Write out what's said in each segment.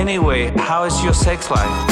Anyway, how is your sex life?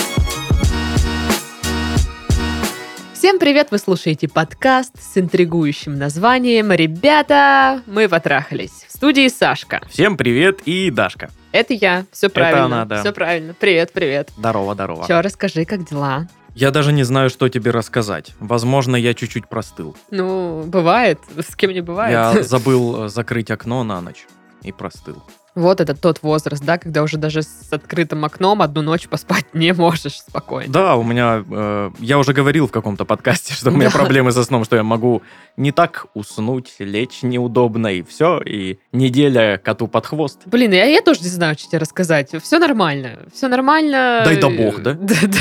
Всем привет! Вы слушаете подкаст с интригующим названием «Ребята, мы потрахались». В студии Сашка. Всем привет и Дашка. Это я. Все правильно. Это она, да. Все правильно. Привет. Здорово. Че, расскажи, как дела? Я даже не знаю, что тебе рассказать. Возможно, я чуть-чуть простыл. Ну, бывает. С кем не бывает. Я забыл закрыть окно на ночь и простыл. Вот это тот возраст, да, когда уже даже с открытым окном одну ночь поспать не можешь спокойно. Да, у меня... я уже говорил в каком-то подкасте, что у меня проблемы со сном, что я могу не так уснуть, лечь неудобно, и все, и неделя коту под хвост. Блин, я тоже не знаю, что тебе рассказать. Все нормально. Дай да бог, да?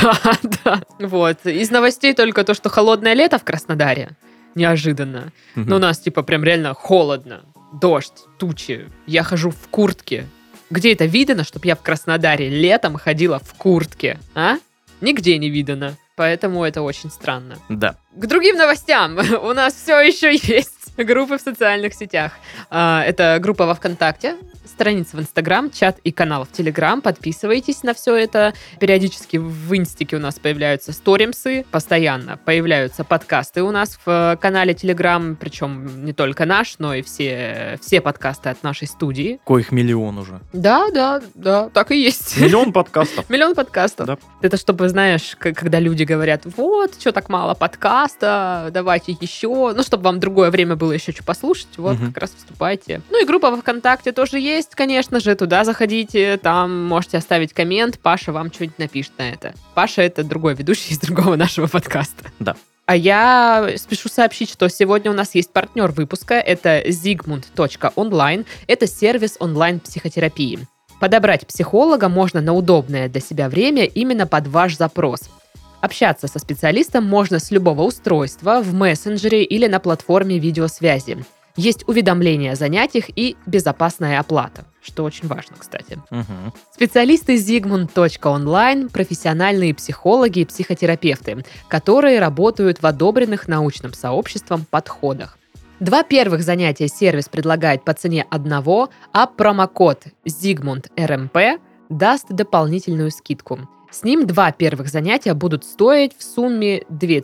Да. Вот. Из новостей только то, что холодное лето в Краснодаре. Неожиданно. Но у нас типа прям реально холодно. Дождь, тучи. Я хожу в куртке. Где это видано, чтобы я в Краснодаре летом ходила в куртке? А? Нигде не видано. Поэтому это очень странно. Да. К другим новостям. У нас все еще есть группы в социальных сетях. Это группа во ВКонтакте, страница в Инстаграм, чат и канал в Телеграм. Подписывайтесь на все это. Периодически в Инстике у нас появляются сторимсы. Постоянно появляются подкасты у нас в канале Телеграм. Причем не только наш, но и все подкасты от нашей студии. Коих миллион уже. Да, так и есть. Миллион подкастов. Миллион подкастов. Да. Это чтобы, знаешь, когда люди говорят, вот, что так мало подкаста, давайте еще. Ну, чтобы вам другое время было еще что послушать, вот, как раз вступайте. Ну, и группа во ВКонтакте тоже есть, конечно же, туда заходите, там можете оставить коммент, Паша вам что-нибудь напишет на это. Паша — это другой ведущий из другого нашего подкаста. Да. А я спешу сообщить, что сегодня у нас есть партнер выпуска, это Zigmund.online, это сервис онлайн-психотерапии. Подобрать психолога можно на удобное для себя время именно под ваш запрос. Общаться со специалистом можно с любого устройства, в мессенджере или на платформе видеосвязи. Есть уведомления о занятиях и безопасная оплата, что очень важно, кстати. Специалисты Zigmund.online – профессиональные психологи и психотерапевты, которые работают в одобренных научным сообществом подходах. 2 первых занятия сервис предлагает по цене одного, а промокод ZigmundRMP даст дополнительную скидку. С ним 2 первых занятия будут стоить в сумме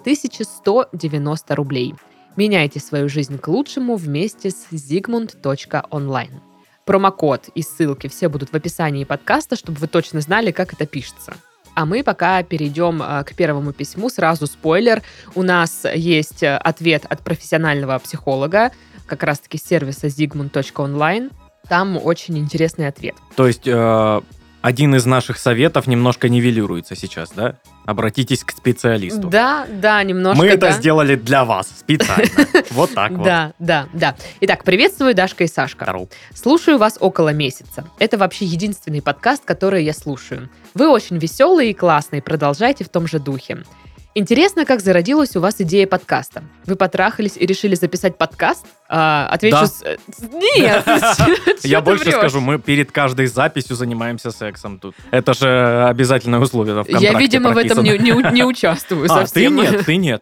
2190 рублей. Меняйте свою жизнь к лучшему вместе с Zigmund.online. Промокод и ссылки все будут в описании подкаста, чтобы вы точно знали, как это пишется. А мы пока перейдем к первому письму. Сразу спойлер. У нас есть ответ от профессионального психолога, как раз-таки с сервиса Zigmund.online. Там очень интересный ответ. То есть один из наших советов немножко нивелируется сейчас, да? Обратитесь к специалисту. Да, немножко. Мы это сделали для вас специально. Вот так вот. Да. Итак, приветствую, Дашка и Сашка. Здорово. Слушаю вас около месяца. Это вообще единственный подкаст, который я слушаю. Вы очень веселые и классные, продолжайте в том же духе. Интересно, как зародилась у вас идея подкаста. Вы потрахались и решили записать подкаст? Отвечу... Да. Нет! Я больше скажу, мы перед каждой записью занимаемся сексом тут. Это же обязательное условие в контракте. Я, видимо, в этом не участвую совсем. Ты нет.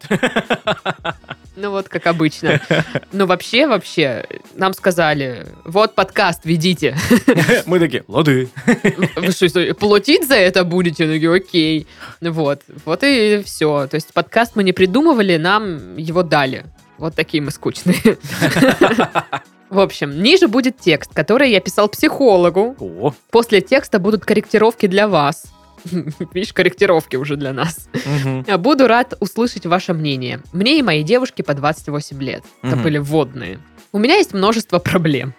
Ну вот, как обычно. Но вообще, нам сказали, вот подкаст ведите. Мы такие, лады. Вы что, платить за это будете? Такие, окей. Вот и все. То есть подкаст мы не придумывали, нам его дали. Вот такие мы скучные. В общем, ниже будет текст, который я писал психологу. О. После текста будут корректировки для вас. Видишь, корректировки уже для нас. Буду рад услышать ваше мнение. Мне и моей девушке по 28 лет. Это были вводные. У меня есть множество проблем.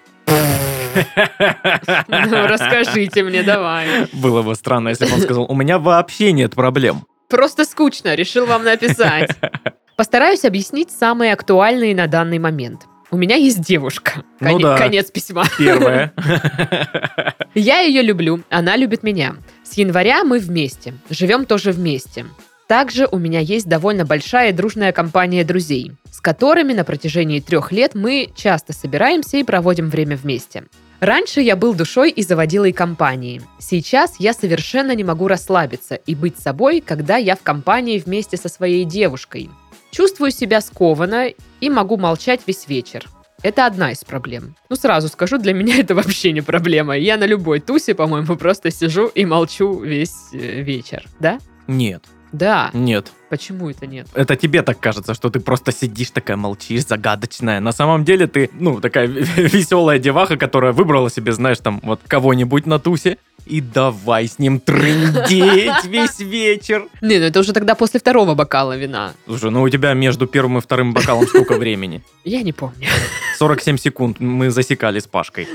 Ну, расскажите мне, давай. Было бы странно, если бы он сказал, у меня вообще нет проблем. Просто скучно, решил вам написать. Постараюсь объяснить самые актуальные на данный момент. У меня есть девушка. Конец письма. Первое. Я ее люблю, она любит меня. С января мы вместе, живем тоже вместе. Также у меня есть довольно большая и дружная компания друзей, с которыми на протяжении 3 лет мы часто собираемся и проводим время вместе. Раньше я был душой и заводилой компании. Сейчас я совершенно не могу расслабиться и быть собой, когда я в компании вместе со своей девушкой. Чувствую себя скованно и могу молчать весь вечер. Это одна из проблем. Ну, сразу скажу, для меня это вообще не проблема. Я на любой тусе, по-моему, просто сижу и молчу весь вечер. Да? Нет. Да. Нет. Почему это нет? Это тебе так кажется, что ты просто сидишь такая, молчишь, загадочная. На самом деле ты, такая веселая деваха, которая выбрала себе, знаешь, там, вот кого-нибудь на тусе, и давай с ним трындеть весь вечер. Не, ну это уже тогда после второго бокала вина. Слушай, у тебя между первым и вторым бокалом сколько времени? Я не помню. 47 секунд мы засекали с Пашкой.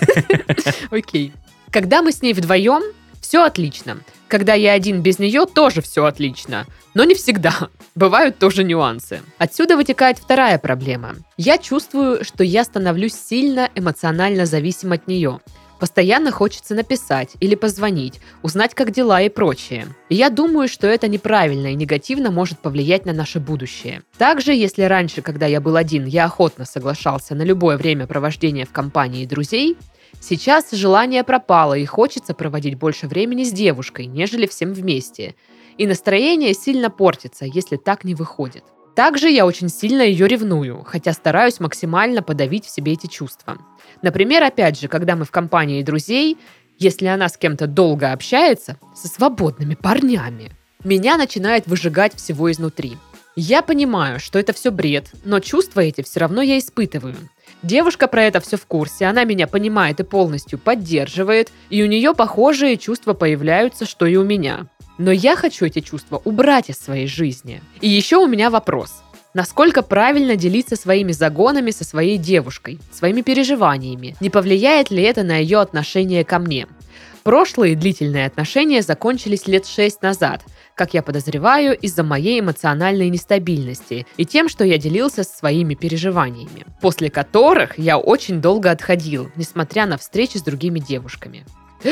Окей. Когда мы с ней вдвоем, все отлично. Когда я один без нее, тоже все отлично. Но не всегда. Бывают тоже нюансы. Отсюда вытекает вторая проблема. Я чувствую, что я становлюсь сильно эмоционально зависим от нее. Постоянно хочется написать или позвонить, узнать, как дела и прочее. И я думаю, что это неправильно и негативно может повлиять на наше будущее. Также, если раньше, когда я был один, я охотно соглашался на любое времяпровождение в компании друзей, сейчас желание пропало и хочется проводить больше времени с девушкой, нежели всем вместе. И настроение сильно портится, если так не выходит. Также я очень сильно ее ревную, хотя стараюсь максимально подавить в себе эти чувства. Например, опять же, когда мы в компании друзей, если она с кем-то долго общается, со свободными парнями, меня начинает выжигать всего изнутри. Я понимаю, что это все бред, но чувства эти все равно я испытываю. Девушка про это все в курсе, она меня понимает и полностью поддерживает, и у нее похожие чувства появляются, что и у меня. Но я хочу эти чувства убрать из своей жизни. И еще у меня вопрос. Насколько правильно делиться своими загонами со своей девушкой, своими переживаниями? Не повлияет ли это на ее отношение ко мне? Прошлые длительные отношения закончились лет 6 назад, как я подозреваю, из-за моей эмоциональной нестабильности и тем, что я делился своими переживаниями, после которых я очень долго отходил, несмотря на встречи с другими девушками.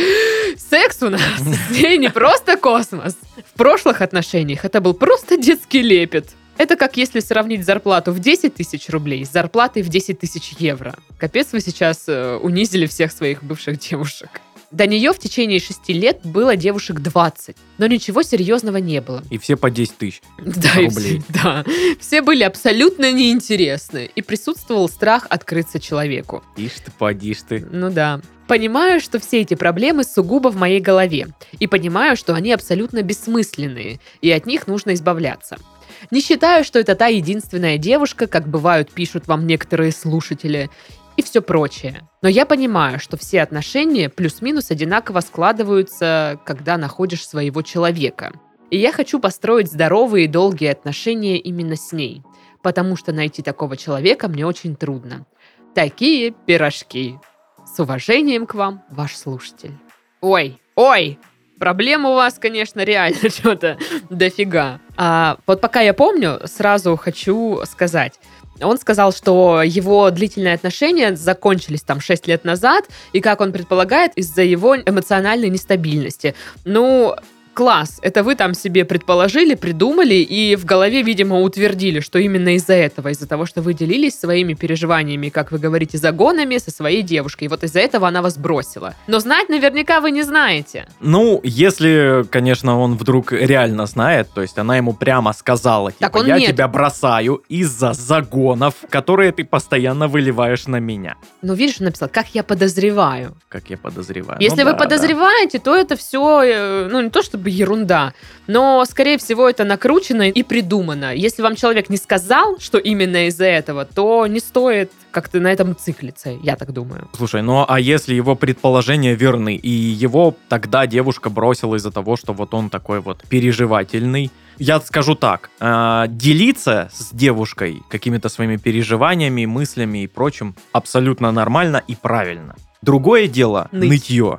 Секс у нас с ней не просто космос. В прошлых отношениях это был просто детский лепет. Это как если сравнить зарплату в 10 тысяч рублей с зарплатой в 10 тысяч евро. Капец, вы сейчас унизили всех своих бывших девушек. До нее в течение 6 лет было девушек 20, но ничего серьезного не было. И все по 10 тысяч рублей. Все были абсолютно неинтересны, и присутствовал страх открыться человеку. Ишь ты, поди ж ты. Ну да. Понимаю, что все эти проблемы сугубо в моей голове, и понимаю, что они абсолютно бессмысленные, и от них нужно избавляться. Не считаю, что это та единственная девушка, как бывают пишут вам некоторые слушатели, и все прочее. Но я понимаю, что все отношения плюс-минус одинаково складываются, когда находишь своего человека. И я хочу построить здоровые и долгие отношения именно с ней, потому что найти такого человека мне очень трудно. Такие пирожки. С уважением к вам, ваш слушатель. Ой, проблем у вас, конечно, реально что-то дофига. Вот пока я помню, сразу хочу сказать. Он сказал, что его длительные отношения закончились там 6 лет назад, и, как он предполагает, из-за его эмоциональной нестабильности. Ну, класс, это вы там себе предположили, придумали и в голове, видимо, утвердили, что именно из-за этого, из-за того, что вы делились своими переживаниями, как вы говорите, загонами со своей девушкой. И вот из-за этого она вас бросила. Но знать наверняка вы не знаете. Ну, если, конечно, он вдруг реально знает, то есть она ему прямо сказала, типа, я тебя бросаю из-за загонов, которые ты постоянно выливаешь на меня. Ну, видишь, он написал, как я подозреваю. Как я подозреваю. Если вы подозреваете, то это все, не то чтобы ерунда, но, скорее всего, это накручено и придумано. Если вам человек не сказал, что именно из-за этого, то не стоит как-то на этом циклиться, я так думаю. Слушай, а если его предположения верны, и его тогда девушка бросила из-за того, что вот он такой вот переживательный, я скажу так, делиться с девушкой какими-то своими переживаниями, мыслями и прочим абсолютно нормально и правильно. Другое дело — нытье.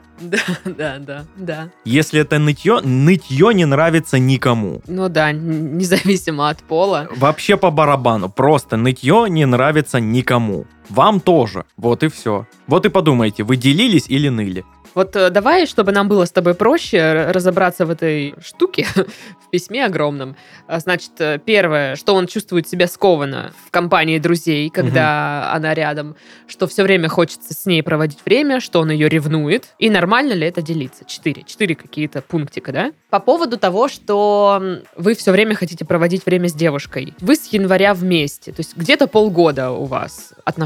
Да. Если это нытье не нравится никому. Ну да, независимо от пола. Вообще по барабану. Просто нытье не нравится никому. Вам тоже. Вот и все. Вот и подумайте, вы делились или ныли? Вот давай, чтобы нам было с тобой проще разобраться в этой штуке, в письме огромном. Значит, первое, что он чувствует себя скованно в компании друзей, когда она рядом, что все время хочется с ней проводить время, что он ее ревнует, и нормально ли это делиться. 4 какие-то пунктика, да? По поводу того, что вы все время хотите проводить время с девушкой. Вы с января вместе, то есть где-то полгода у вас отношения.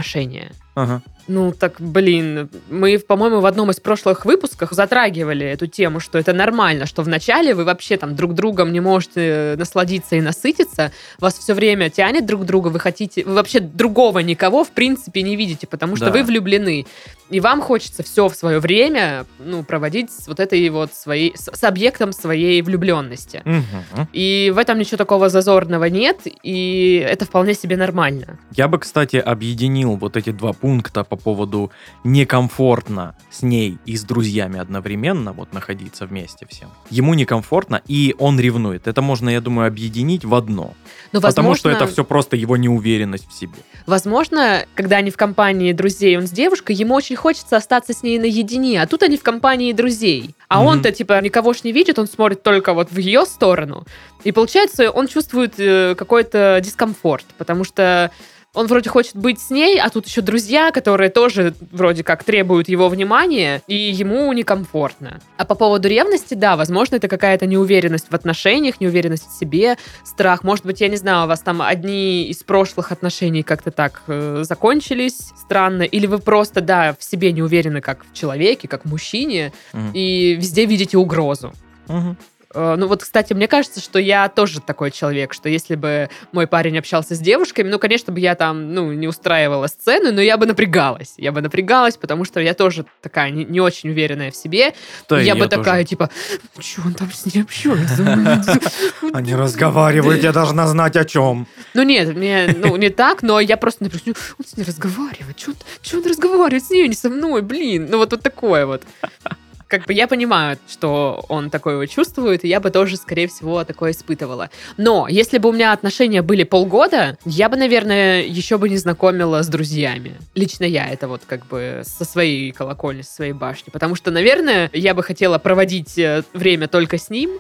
отношения. Ага. Ну, так, блин, мы, по-моему, в одном из прошлых выпусков затрагивали эту тему, что это нормально, что вначале вы вообще там друг другом не можете насладиться и насытиться, вас все время тянет друг к другу, вы вообще другого никого в принципе не видите, потому что Да. вы влюблены. И вам хочется все в свое время, проводить с вот этой вот с объектом своей влюбленности. Мгм. И в этом ничего такого зазорного нет, и это вполне себе нормально. Я бы, кстати, объединил вот эти два пункта по поводу некомфортно с ней и с друзьями одновременно вот находиться вместе всем. Ему некомфортно, и он ревнует. Это можно, я думаю, объединить в одно. Но, Потому что возможно, это все просто его неуверенность в себе. Возможно, когда они в компании друзей, он с девушкой, ему очень хочется остаться с ней наедине, а тут они в компании друзей. А Мгм. он-то, типа, никого ж не видит, он смотрит только вот в ее сторону. И получается, он чувствует какой-то дискомфорт, потому что он вроде хочет быть с ней, а тут еще друзья, которые тоже вроде как требуют его внимания, и ему некомфортно. А по поводу ревности, да, возможно, это какая-то неуверенность в отношениях, неуверенность в себе, страх. Может быть, я не знаю, у вас там одни из прошлых отношений как-то так закончились странно, или вы просто, да, в себе не уверены как в человеке, как в мужчине, Мгм. и везде видите угрозу. Мгм. Ну вот, кстати, мне кажется, что я тоже такой человек, что если бы мой парень общался с девушками, конечно бы я там, не устраивала сцены, но я бы напрягалась. Я бы напрягалась, потому что я тоже такая не очень уверенная в себе. Да, И я и бы тоже. такая, типа, что он там с ней общается? Они разговаривают, я должна знать о чем. Ну нет, мне, не так, но я просто напишу, он с ней разговаривает, что он разговаривает с ней, не со мной, блин. Ну вот такое вот. Как бы я понимаю, что он такое вот чувствует, и я бы тоже, скорее всего, такое испытывала. Но если бы у меня отношения были полгода, я бы, наверное, еще бы не знакомила с друзьями. Лично я это вот как бы со своей колокольни, со своей башни. Потому что, наверное, я бы хотела проводить время только с ним,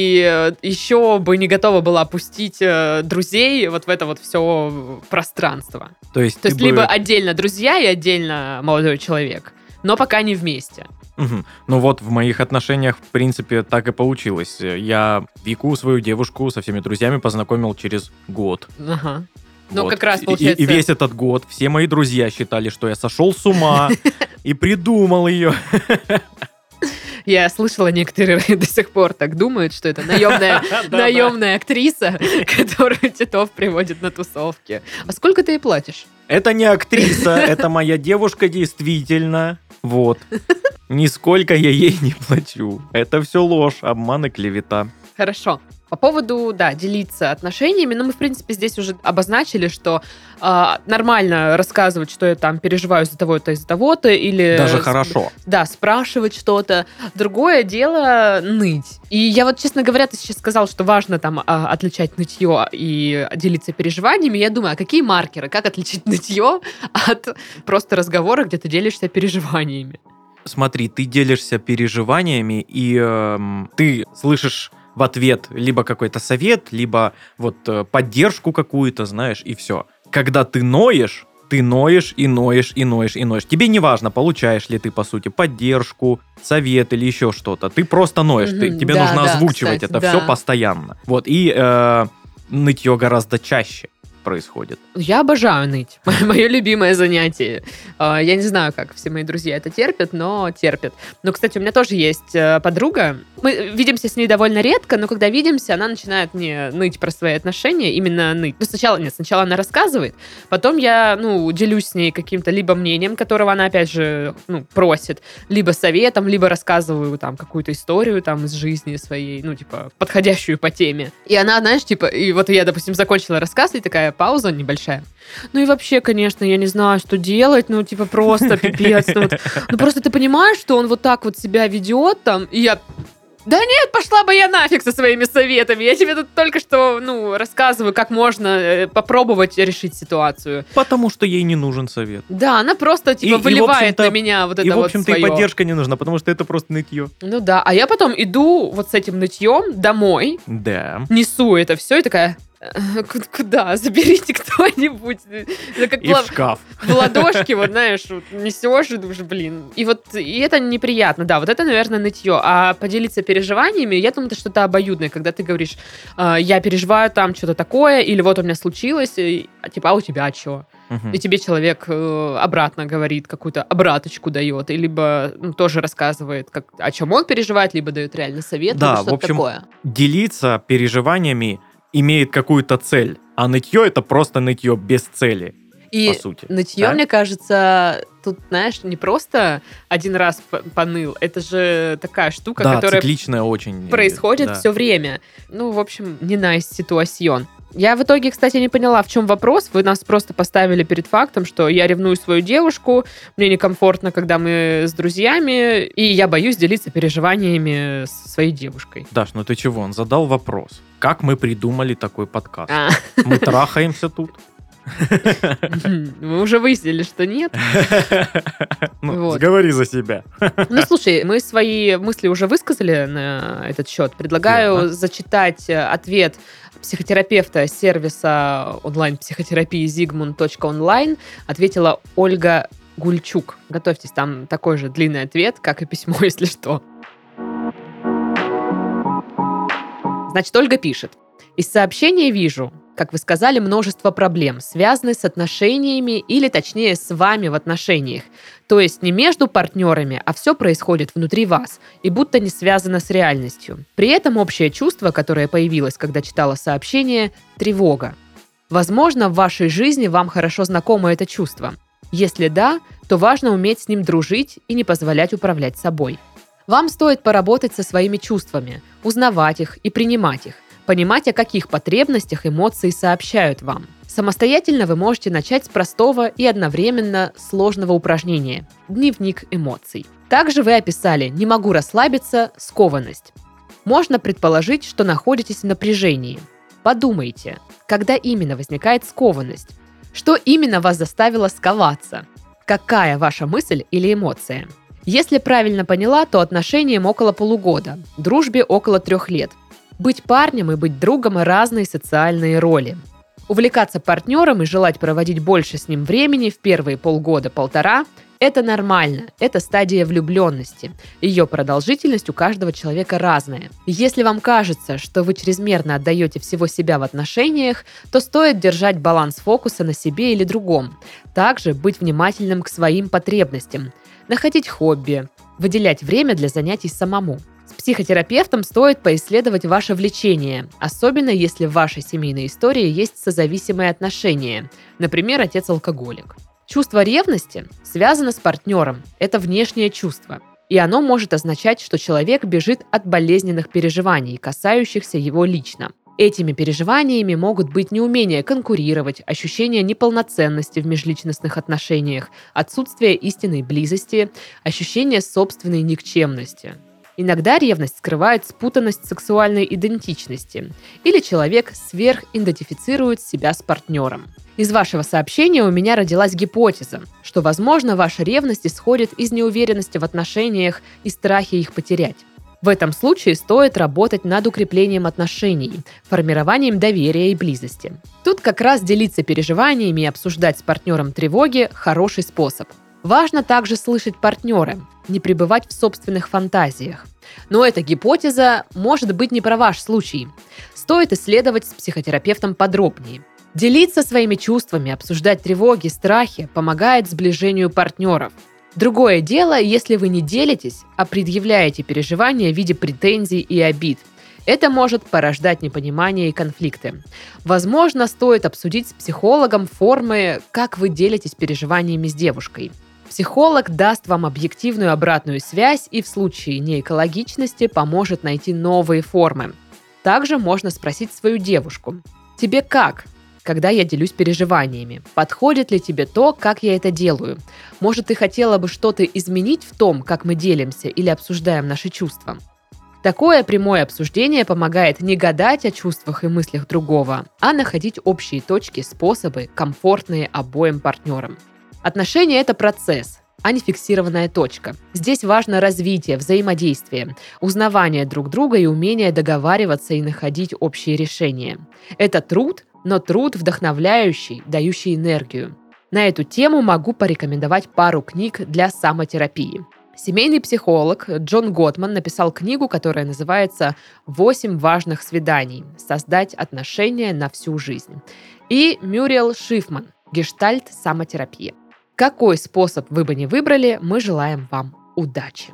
и еще бы не готова была пустить друзей вот в это вот все пространство. То есть То есть либо отдельно друзья и отдельно молодой человек, но пока не вместе. Мгм. Ну вот в моих отношениях, в принципе, так и получилось. Я Вику, свою девушку, со всеми друзьями познакомил через год. Ага. Ну, Вот. как раз, И- получается... И весь этот год все мои друзья считали, что я сошел с ума и придумал ее. Я слышала, некоторые до сих пор так думают, что это наемная актриса, которую Титов приводит на тусовки. А сколько ты ей платишь? Это не актриса, это моя девушка действительно. Вот. Нисколько я ей не плачу. Это все ложь, обман и клевета. Хорошо. По поводу, да, делиться отношениями, мы, в принципе, здесь уже обозначили, что нормально рассказывать, что я там переживаю из-за того-то, из-за того-то, или... Даже хорошо. Да, спрашивать что-то. Другое дело ныть. И я вот, честно говоря, ты сейчас сказал, что важно там отличать нытье и делиться переживаниями. Я думаю, а какие маркеры? Как отличить нытье от просто разговора, где ты делишься переживаниями? Смотри, ты делишься переживаниями, и ты слышишь в ответ либо какой-то совет, либо вот поддержку какую-то, знаешь, и все. Когда ты ноешь и ноешь, и ноешь, и ноешь. Тебе не важно, получаешь ли ты, по сути, поддержку, совет или еще что-то. Ты просто ноешь. Тебе Да, нужно да, озвучивать кстати, это да. все постоянно. Вот, и нытье гораздо чаще происходит. Я обожаю ныть. Мое любимое занятие. Я не знаю, как все мои друзья это терпят, но терпят. Но, кстати, у меня тоже есть подруга. Мы видимся с ней довольно редко, но когда видимся, она начинает мне ныть про свои отношения, именно ныть. Ну, сначала она рассказывает, потом я, делюсь с ней каким-то либо мнением, которого она, опять же, просит, либо советом, либо рассказываю там какую-то историю там из жизни своей, подходящую по теме. И она, знаешь, и вот я, допустим, закончила рассказ, и такая пауза небольшая. Ну и вообще, конечно, я не знаю, что делать, просто пипец. Просто ты понимаешь, что он вот так вот себя ведет там, и я... Да нет, пошла бы я нафиг со своими советами. Я тебе тут только что, рассказываю, как можно попробовать решить ситуацию. Потому что ей не нужен совет. Да, она просто, И, выливает в общем-то, на меня вот это И, в вот общем-то, и своё. поддержка не нужна, потому что это просто нытье. Ну да, а я потом иду вот с этим нытьем домой, Да. несу это все и такая... Куда? Заберите кто-нибудь. Это как И в шкаф. в ладошки, вот знаешь, вот несешь и думаешь, блин. И это неприятно, да, вот это, наверное, нытье. А поделиться переживаниями, я думаю, это что-то обоюдное, когда ты говоришь, я переживаю там что-то такое, или вот у меня случилось, а у тебя что? И тебе человек обратно говорит, какую-то обраточку дает, и либо тоже рассказывает, о чем он переживает, либо дает реально совет, Да, либо что-то в общем, такое. делиться переживаниями имеет какую-то цель, а нытье это просто нытье без цели, И по сути. нытье, Да? мне кажется, тут, знаешь, не просто один раз поныл, это же такая штука, Да, которая цикличная очень. происходит да. все время. В общем, не nice ситуацион. Я в итоге, кстати, не поняла, в чем вопрос. Вы нас просто поставили перед фактом, что я ревную свою девушку, мне некомфортно, когда мы с друзьями, и я боюсь делиться переживаниями со своей девушкой. Даш, ну ты чего? Он задал вопрос. Как мы придумали такой подкаст? А, Мы трахаемся тут. мы уже выяснили, что нет. Ну, Вот. говори за себя. Слушай, мы свои мысли уже высказали на этот счет. Предлагаю Верно. зачитать ответ психотерапевта сервиса онлайн-психотерапии Zigmund.online. Ответила Ольга Гульчук. Готовьтесь, там такой же длинный ответ, как и письмо, если что. Значит, Ольга пишет. Из сообщения вижу, как вы сказали, множество проблем, связанных с отношениями или, точнее, с вами в отношениях. То есть не между партнерами, а все происходит внутри вас и будто не связано с реальностью. При этом общее чувство, которое появилось, когда читала сообщение – тревога. Возможно, в вашей жизни вам хорошо знакомо это чувство. Если да, то важно уметь с ним дружить и не позволять управлять собой. Вам стоит поработать со своими чувствами, узнавать их и принимать их, понимать, о каких потребностях эмоции сообщают вам. Самостоятельно вы можете начать с простого и одновременно сложного упражнения – дневник эмоций. Также вы описали «не могу расслабиться», скованность. Можно предположить, что находитесь в напряжении. Подумайте, когда именно возникает скованность? Что именно вас заставило сковаться? Какая ваша мысль или эмоция? Если правильно поняла, то отношениям около полугода, дружбе около 3 лет. Быть парнем и быть другом – разные социальные роли. Увлекаться партнером и желать проводить больше с ним времени в первые полгода-полтора – это нормально, это стадия влюбленности. Ее продолжительность у каждого человека разная. Если вам кажется, что вы чрезмерно отдаете всего себя в отношениях, то стоит держать баланс фокуса на себе или другом. Также быть внимательным к своим потребностям, находить хобби, выделять время для занятий самому. С психотерапевтом стоит поисследовать ваше влечение, особенно если в вашей семейной истории есть созависимые отношения, например, отец-алкоголик. Чувство ревности связано с партнером, это внешнее чувство, и оно может означать, что человек бежит от болезненных переживаний, касающихся его лично. Этими переживаниями могут быть неумение конкурировать, ощущение неполноценности в межличностных отношениях, отсутствие истинной близости, ощущение собственной никчемности. Иногда ревность скрывает спутанность сексуальной идентичности, или человек сверхидентифицирует себя с партнером. Из вашего сообщения у меня родилась гипотеза, что, возможно, ваша ревность исходит из неуверенности в отношениях и страхе их потерять. В этом случае стоит работать над укреплением отношений, формированием доверия и близости. Тут как раз делиться переживаниями и обсуждать с партнером тревоги – хороший способ. Важно также слышать партнера, не пребывать в собственных фантазиях. Но эта гипотеза может быть не про ваш случай. Стоит исследовать с психотерапевтом подробнее. Делиться своими чувствами, обсуждать тревоги, страхи помогает сближению партнеров. Другое дело, если вы не делитесь, а предъявляете переживания в виде претензий и обид. Это может порождать непонимание и конфликты. Возможно, стоит обсудить с психологом формы, как вы делитесь переживаниями с девушкой. Психолог даст вам объективную обратную связь и в случае неэкологичности поможет найти новые формы. Также можно спросить свою девушку: «Тебе как, когда я делюсь переживаниями? Подходит ли тебе то, как я это делаю? Может, ты хотела бы что-то изменить в том, как мы делимся или обсуждаем наши чувства?» Такое прямое обсуждение помогает не гадать о чувствах и мыслях другого, а находить общие точки, способы, комфортные обоим партнерам. Отношения – это процесс. а не фиксированная точка. Здесь важно развитие, взаимодействие, узнавание друг друга и умение договариваться и находить общие решения. Это труд, но труд вдохновляющий, дающий энергию. На эту тему могу порекомендовать пару книг для самотерапии. Семейный психолог Джон Готман написал книгу, которая называется «8 важных свиданий. Создать отношения на всю жизнь». И Мюриэл Шифман «Гештальт. Самотерапия». Какой способ вы бы ни выбрали, мы желаем вам удачи.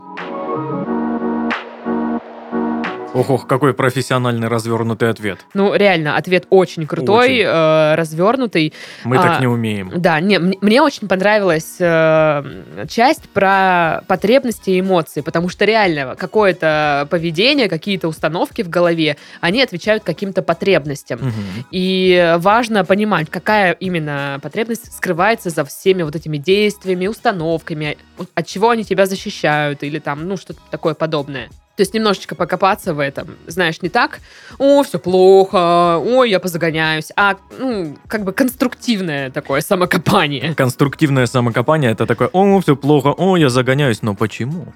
Ох, какой профессиональный развернутый ответ. Ну, реально, ответ очень крутой, развернутый. Мы так не умеем. Да, мне очень понравилась часть про потребности и эмоции, потому что реально какое-то поведение, какие-то установки в голове, они отвечают каким-то потребностям. Мгм. И важно понимать, какая именно потребность скрывается за всеми вот этими действиями, установками, от чего они тебя защищают или там, ну, что-то такое подобное. То есть немножечко покопаться в этом. Знаешь, не так, все плохо, я позагоняюсь, а, как бы конструктивное такое самокопание. Конструктивное самокопание — это такое: все плохо, я загоняюсь, но почему?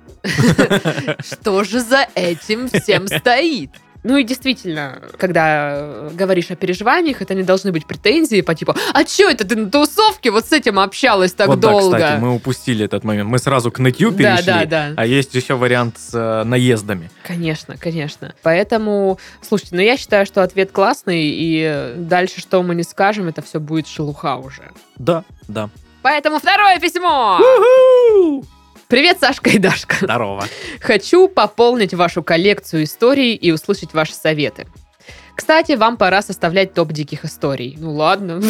Что же за этим всем стоит? Ну и действительно, когда говоришь о переживаниях, это не должны быть претензии по типу: а чё это ты на тусовке вот с этим общалась так вот долго? Да, кстати, мы упустили этот момент. Мы сразу к нытью перешли, Да. а есть еще вариант с наездами. Конечно. Поэтому, слушайте, я считаю, что ответ классный, и дальше, что мы не скажем, это все будет шелуха уже. Да. Поэтому второе письмо! Привет, Сашка и Дашка. Здорово. Хочу пополнить вашу коллекцию историй и услышать ваши советы. Кстати, вам пора составлять топ диких историй. Ну ладно.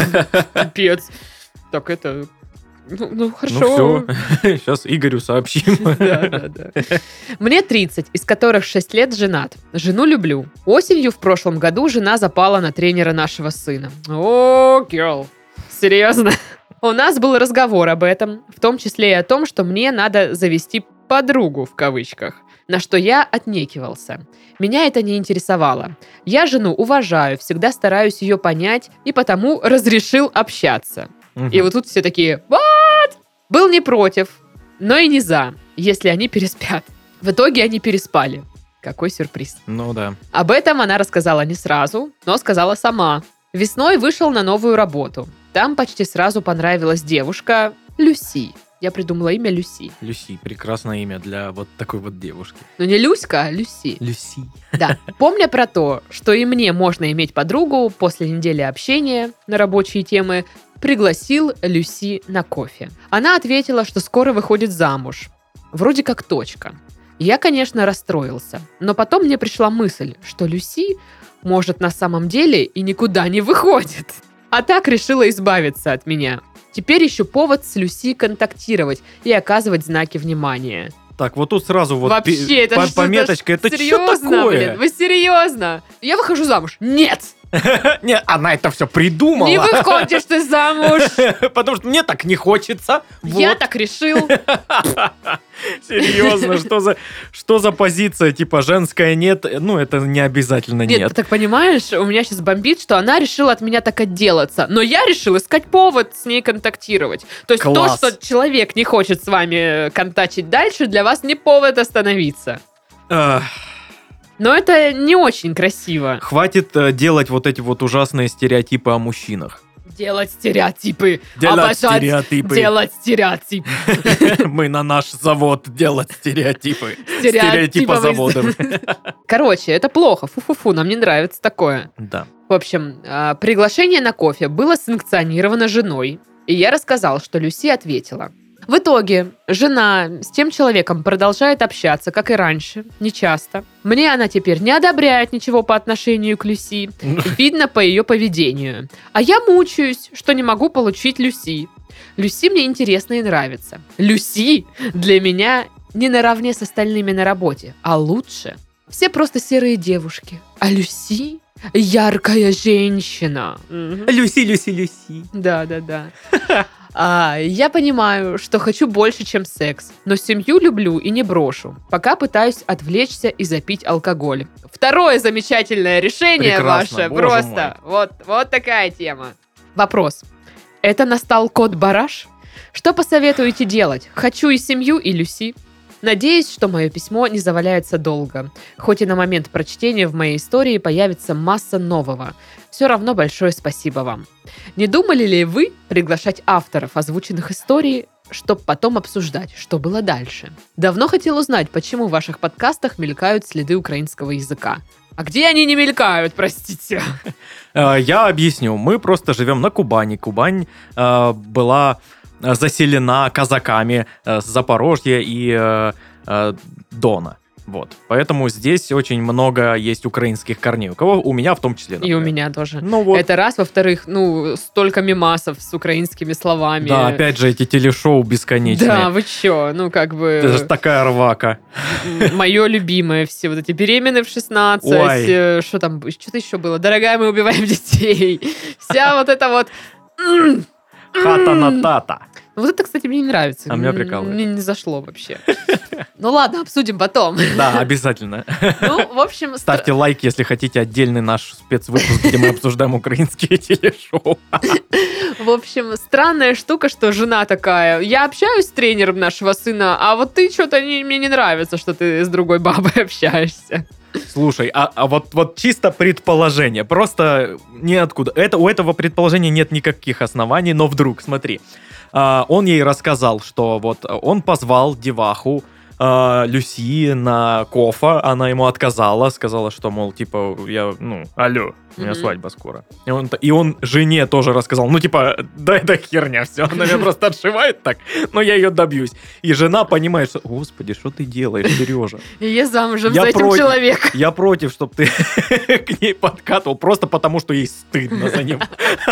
Пипец. Так это... Ну, хорошо. Ну все, сейчас Игорю сообщим. Да. Мне 30, из которых 6 лет женат. Жену люблю. Осенью в прошлом году жена запала на тренера нашего сына. О, girl. Серьезно? У нас был разговор об этом, в том числе и о том, что мне надо завести «подругу» в кавычках, на что я отнекивался. Меня это не интересовало. Я жену уважаю, всегда стараюсь ее понять, и потому разрешил общаться. И вот тут все такие: «Вот!» Был не против, но и не за, если они переспят. В итоге они переспали. Какой сюрприз. Ну да. Об этом она рассказала не сразу, но сказала сама. Весной вышел на новую работу. Там почти сразу понравилась девушка Люси. Я придумала имя Люси. Люси. Прекрасное имя для вот такой вот девушки. Ну не Люська, а Люси. Люси. Да. Помня про то, что и мне можно иметь подругу, после недели общения на рабочие темы пригласил Люси на кофе. Она ответила, что скоро выходит замуж. Вроде как точка. Я, конечно, расстроился. Но потом мне пришла мысль, что Люси, может, на самом деле и никуда не выходит. А так решила избавиться от меня. Теперь еще повод с Люси контактировать и оказывать знаки внимания. Так, вот тут сразу вот Вообще, это что-то пометочка. Это что серьезно, такое? блин? Вы серьезно? Я выхожу замуж. Нет! Нет, она это все придумала. Не выходишь ты замуж. Потому что мне так не хочется. Я Вот. так решил. Серьезно, что за позиция? Типа женская нет? Ну, это не обязательно Нет, нет. ты так понимаешь, у меня сейчас бомбит, что она решила от меня так отделаться. Но я решил искать повод с ней контактировать. То есть Класс. то, что человек не хочет с вами контачить дальше, для вас не повод остановиться. Ах, Но это не очень красиво. хватит делать вот эти вот ужасные стереотипы о мужчинах. Делать стереотипы. Делать Обожать стереотипы. делать стереотипы. Мы на наш завод делать стереотипы. Стереотиповый Стереотипозаводом. Короче, это плохо. Фу-фу-фу, нам не нравится такое. Да. В общем, приглашение на кофе было санкционировано женой. И я рассказал, что Люси ответила. В итоге жена с тем человеком продолжает общаться, как и раньше, нечасто. Мне она теперь не одобряет ничего по отношению к Люси. Видно по ее поведению. А я мучаюсь, что не могу получить Люси. Люси мне интересна и нравится. Люси для меня не наравне с остальными на работе, а лучше. Все просто серые девушки. А Люси – яркая женщина. Люси. Да. Я понимаю, что хочу больше, чем секс, но семью люблю и не брошу. Пока пытаюсь отвлечься и запить алкоголь. Второе замечательное решение Прекрасно, ваше. боже Просто вот такая тема. Вопрос. Это настал кот Бараш? Что посоветуете делать? Хочу и семью, и Люси. Надеюсь, что мое письмо не заваляется долго. Хоть и на момент прочтения в моей истории появится масса нового. Все равно большое спасибо вам. Не думали ли вы приглашать авторов озвученных историй, чтобы потом обсуждать, что было дальше? Давно хотел узнать, почему в ваших подкастах мелькают следы украинского языка. А где они не мелькают, простите? Я объясню. Мы просто живем на Кубани. Кубань была заселена казаками с Запорожья и Дона. Вот. Поэтому здесь очень много есть украинских корней. У меня в том числе. Например. И у меня тоже. Ну, вот. Это раз. Во-вторых, столько мемасов с украинскими словами. Да, опять же, эти телешоу бесконечные. Да, вы чё? Это же такая рвака. Мое любимое все. Вот эти беременные в 16. Что там? Что-то еще было. Дорогая, мы убиваем детей. Вся вот эта вот... Хата на тата. Вот это, кстати, мне не нравится. А меня прикалывает. Мне не зашло вообще. Ну ладно, обсудим потом. Да, обязательно. Ну, в общем... Ставьте лайк, если хотите отдельный наш спецвыпуск, где мы обсуждаем украинские телешоу. В общем, странная штука, что жена такая: я общаюсь с тренером нашего сына, а вот ты что-то мне не нравится, что ты с другой бабой общаешься. Слушай, а вот чисто предположение, просто ниоткуда. У этого предположения нет никаких оснований, но вдруг, смотри, он ей рассказал, что вот он позвал деваху Люси на кофе, она ему отказала, сказала, что, мол, типа, алло, у меня свадьба скоро. И он жене тоже рассказал, да это херня все, она меня просто отшивает так, но я ее добьюсь. И жена понимает, что, господи, что ты делаешь, Сережа? Я замужем за этим человеком. Я против, чтобы ты к ней подкатывал, просто потому, что ей стыдно за него.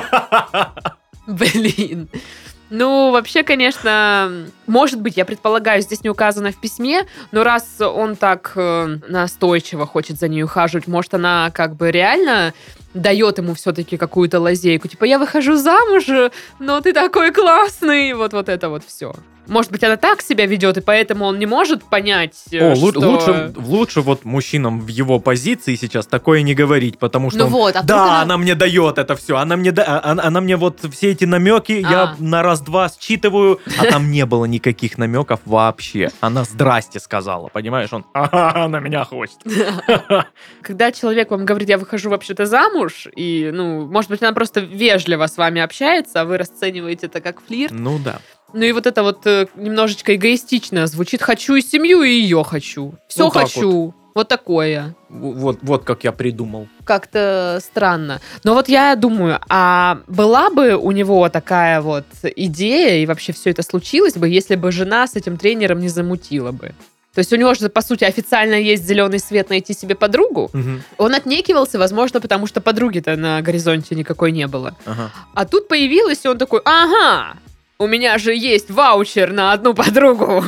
Блин. Ну, вообще, конечно, может быть, я предполагаю, здесь не указано в письме, но раз он так настойчиво хочет за ней ухаживать, может, она как бы реально дает ему все-таки какую-то лазейку. Типа, я выхожу замуж, но ты такой классный. Вот это вот все. Может быть, она так себя ведет, и поэтому он не может понять, что... Лучше вот мужчинам в его позиции сейчас такое не говорить, потому что она мне дает это все, она мне вот все эти намеки, я на раз-два считываю, а там не было никаких намеков вообще. Она здрасте сказала, понимаешь? Она меня хочет. Когда человек вам говорит, я выхожу вообще-то замуж, и, может быть, она просто вежливо с вами общается, а вы расцениваете это как флирт. Ну да. Ну и вот это вот немножечко эгоистично звучит. Хочу и семью, и ее хочу. Все хочу. Вот такое. Вот как я придумал. Как-то странно. Но вот я думаю, а была бы у него такая вот идея, и вообще все это случилось бы, если бы жена с этим тренером не замутила бы? То есть у него же, по сути, официально есть зеленый свет найти себе подругу. Угу. Он отнекивался, возможно, потому что подруги-то на горизонте никакой не было. Ага. А тут появилась, и он такой, у меня же есть ваучер на одну подругу.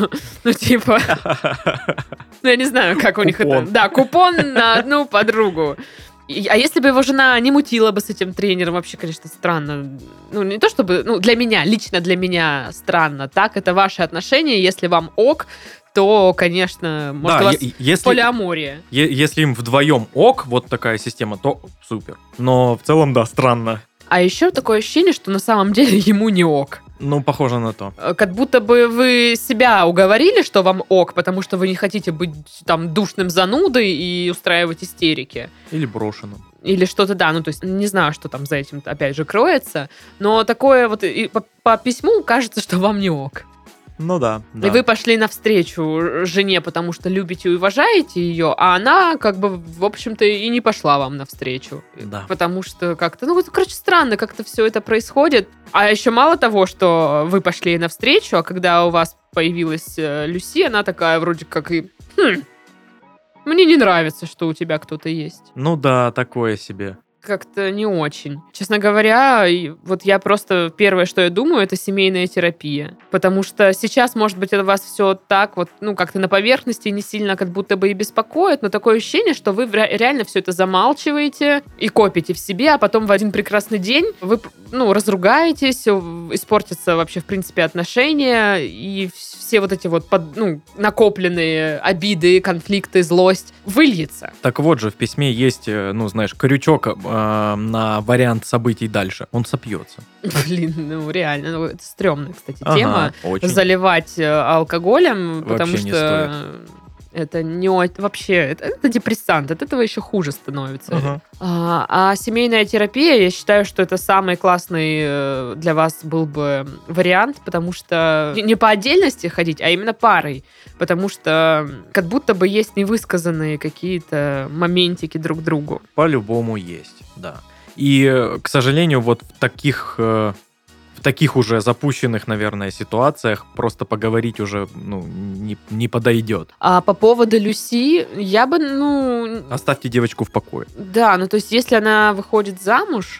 Я не знаю, как у них это... Да, купон на одну подругу. А если бы его жена не мутила бы с этим тренером, вообще, конечно, странно. Не то чтобы... для меня, лично для меня странно. Так, это ваши отношения. Если вам ок, то, конечно, может, у вас полиамория. Если им вдвоем ок, вот такая система, то супер. Но в целом, да, странно. А еще такое ощущение, что на самом деле ему не ок. Похоже на то. Как будто бы вы себя уговорили, что вам ок, потому что вы не хотите быть там душным занудой и устраивать истерики. Или брошенным. Или что-то, да, то есть не знаю, что там за этим опять же кроется, но такое вот и по письму кажется, что вам не ок. Ну да. И вы пошли навстречу жене, потому что любите и уважаете ее, а она, как бы, в общем-то, и не пошла вам навстречу. Да. Потому что как-то, странно как-то все это происходит. А еще мало того, что вы пошли ей навстречу, а когда у вас появилась Люси, она такая вроде как и... Мне не нравится, что у тебя кто-то есть. Ну да, такое себе. Как-то не очень. Честно говоря, вот я просто... Первое, что я думаю, это семейная терапия. Потому что сейчас, может быть, это вас все так вот, как-то на поверхности, не сильно как будто бы и беспокоит, но такое ощущение, что вы реально все это замалчиваете и копите в себе, а потом в один прекрасный день вы, разругаетесь, испортятся вообще, в принципе, отношения, и все вот эти вот накопленные обиды, конфликты, злость выльется. Так вот же, в письме есть, крючок на вариант событий дальше, он сопьется. Блин, ну реально, ну, это стрёмная, кстати, Ага, тема. очень. Заливать алкоголем, Вообще потому не что это не вообще, это депрессант, от этого еще хуже становится. Ага. А семейная терапия, я считаю, что это самый классный для вас был бы вариант, потому что не по отдельности ходить, а именно парой. Потому что как будто бы есть невысказанные какие-то моментики друг к другу. По-любому есть, да. И, к сожалению, вот в таких уже запущенных, наверное, ситуациях просто поговорить уже не подойдет. А по поводу Люси, я бы, Оставьте девочку в покое. Да, то есть если она выходит замуж,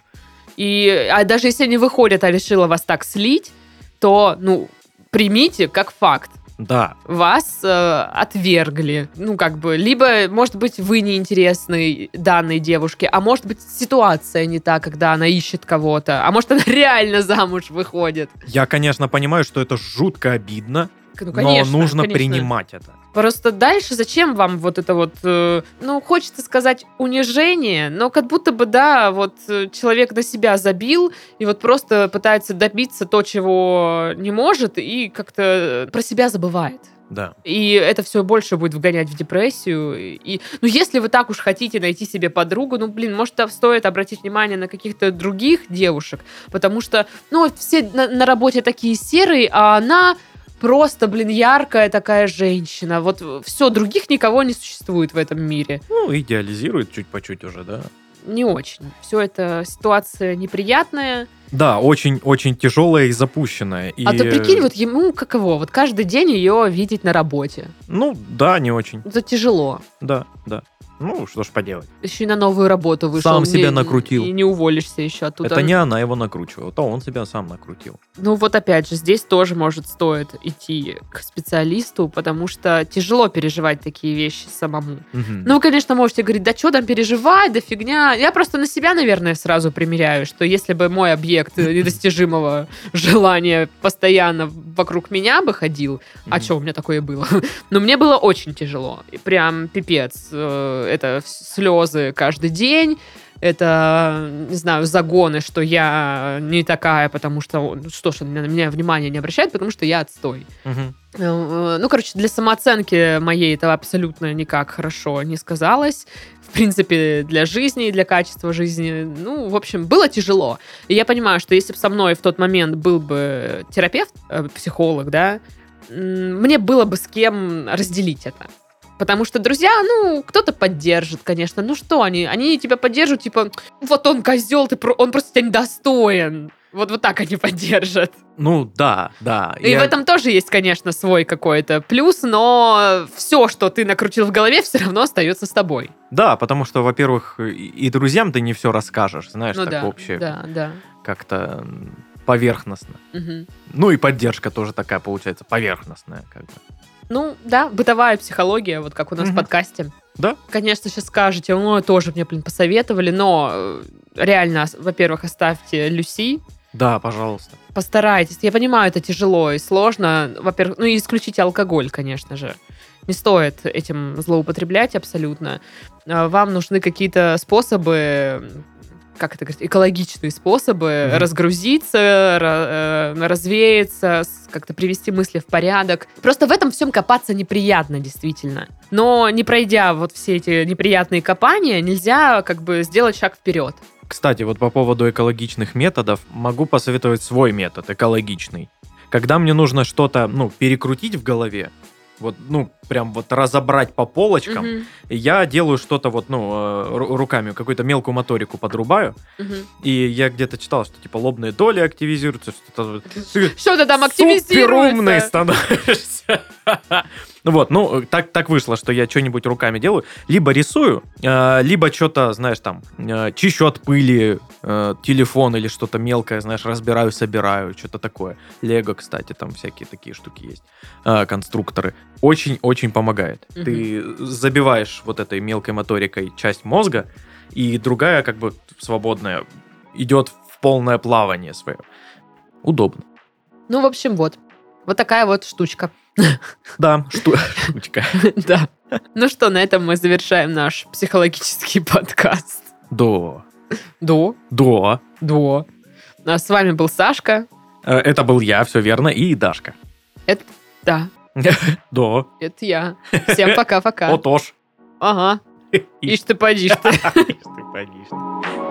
а даже если не выходит, а решила вас так слить, то, примите как факт. Да. Вас отвергли. Либо, может быть, вы неинтересны данной девушке, а может быть, ситуация не та, когда она ищет кого-то, а может, она реально замуж выходит. Я, конечно, понимаю, что это жутко обидно, Конечно, но нужно конечно. принимать это. Просто дальше зачем вам вот это вот, хочется сказать, унижение, но как будто бы, да, вот человек на себя забил и вот просто пытается добиться то, чего не может, и как-то про себя забывает. Да. И это все больше будет вгонять в депрессию. Если вы так уж хотите найти себе подругу, может, стоит обратить внимание на каких-то других девушек, потому что, все на работе такие серые, а она... Просто, яркая такая женщина. Вот все, других никого не существует в этом мире. Идеализирует чуть по чуть уже, да. Не очень. Все это ситуация неприятная. Да, очень-очень тяжелая и запущенная. А ты прикинь, вот ему каково? Вот каждый день ее видеть на работе. Да, не очень. Это тяжело. Да. Что ж поделать. Еще и на новую работу вышел. Сам себя накрутил. И не уволишься еще оттуда. Это не она его накручивала, то он себя сам накрутил. Опять же, здесь тоже, может, стоит идти к специалисту, потому что тяжело переживать такие вещи самому. Угу. Вы, конечно, можете говорить, да что там переживать, да фигня. Я просто на себя, наверное, сразу примеряю, что если бы мой объект недостижимого желания постоянно вокруг меня бы ходил, а что у меня такое было? Но мне было очень тяжело. Прям пипец. Это слезы каждый день. Это, не знаю, загоны, что я не такая, потому что, на меня внимание не обращает, потому что я отстой. Угу. Для самооценки моей это абсолютно никак хорошо не сказалось. В принципе, для жизни и для качества жизни. В общем, было тяжело. И я понимаю, что если бы со мной в тот момент был бы терапевт, психолог, да, мне было бы с кем разделить это. Потому что друзья, кто-то поддержит, конечно. Они тебя поддержат, типа, вот он козел, он просто тебя недостоин. Вот так они поддержат. Да. И в этом тоже есть, конечно, свой какой-то плюс, но все, что ты накрутил в голове, все равно остается с тобой. Да, потому что, во-первых, и друзьям ты не все расскажешь, знаешь, так да, общее. Да. Как-то поверхностно. Угу. И поддержка тоже такая, получается, поверхностная, как бы. Да, бытовая психология, вот как у нас в подкасте. Да. Конечно, сейчас скажете, тоже мне, посоветовали, но реально, во-первых, оставьте Люси. Да, пожалуйста. Постарайтесь. Я понимаю, это тяжело и сложно. Во-первых, и исключите алкоголь, конечно же. Не стоит этим злоупотреблять абсолютно. Вам нужны какие-то способы... как это говорить, экологичные способы разгрузиться, развеяться, как-то привести мысли в порядок. Просто в этом всем копаться неприятно, действительно. Но не пройдя вот все эти неприятные копания, нельзя сделать шаг вперед. Кстати, вот по поводу экологичных методов, могу посоветовать свой метод, экологичный. Когда мне нужно что-то, перекрутить в голове, прям разобрать по полочкам, я делаю что-то руками, какую-то мелкую моторику подрубаю, и я где-то читал, что лобные доли активизируются, что-то там активизируется. Суперумный становишься. Так вышло, что я что-нибудь руками делаю, либо рисую, либо что-то, знаешь, чищу от пыли телефон или что-то мелкое, знаешь, разбираю, собираю, что-то такое. Лего, кстати, там всякие такие штуки есть, конструкторы. Очень-очень помогает. Ты забиваешь вот этой мелкой моторикой часть мозга, и другая, свободная, идет в полное плавание свое. Удобно. В общем, вот такая вот штучка. Да, штучка. Да. На этом мы завершаем наш психологический подкаст. Да. Да. А с вами был Сашка. Это был я, все верно, и Дашка. Да, Да. это я. Всем пока-пока. Отож. Ага. Ишь ты, подишь ты. Ишь ты, подишь ты.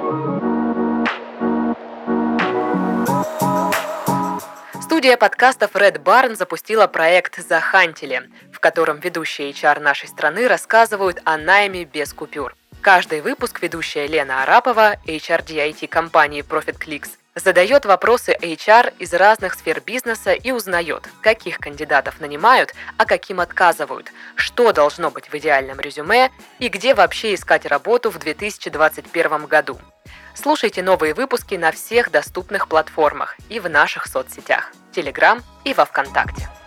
Студия подкастов Red Barn запустила проект «Захантили», в котором ведущие HR нашей страны рассказывают о найме без купюр. Каждый выпуск ведущая Лена Арапова, HRD IT-компании ProfitClicks, задает вопросы HR из разных сфер бизнеса и узнает, каких кандидатов нанимают, а каким отказывают, что должно быть в идеальном резюме и где вообще искать работу в 2021 году. Слушайте новые выпуски на всех доступных платформах и в наших соцсетях, Telegram и во ВКонтакте.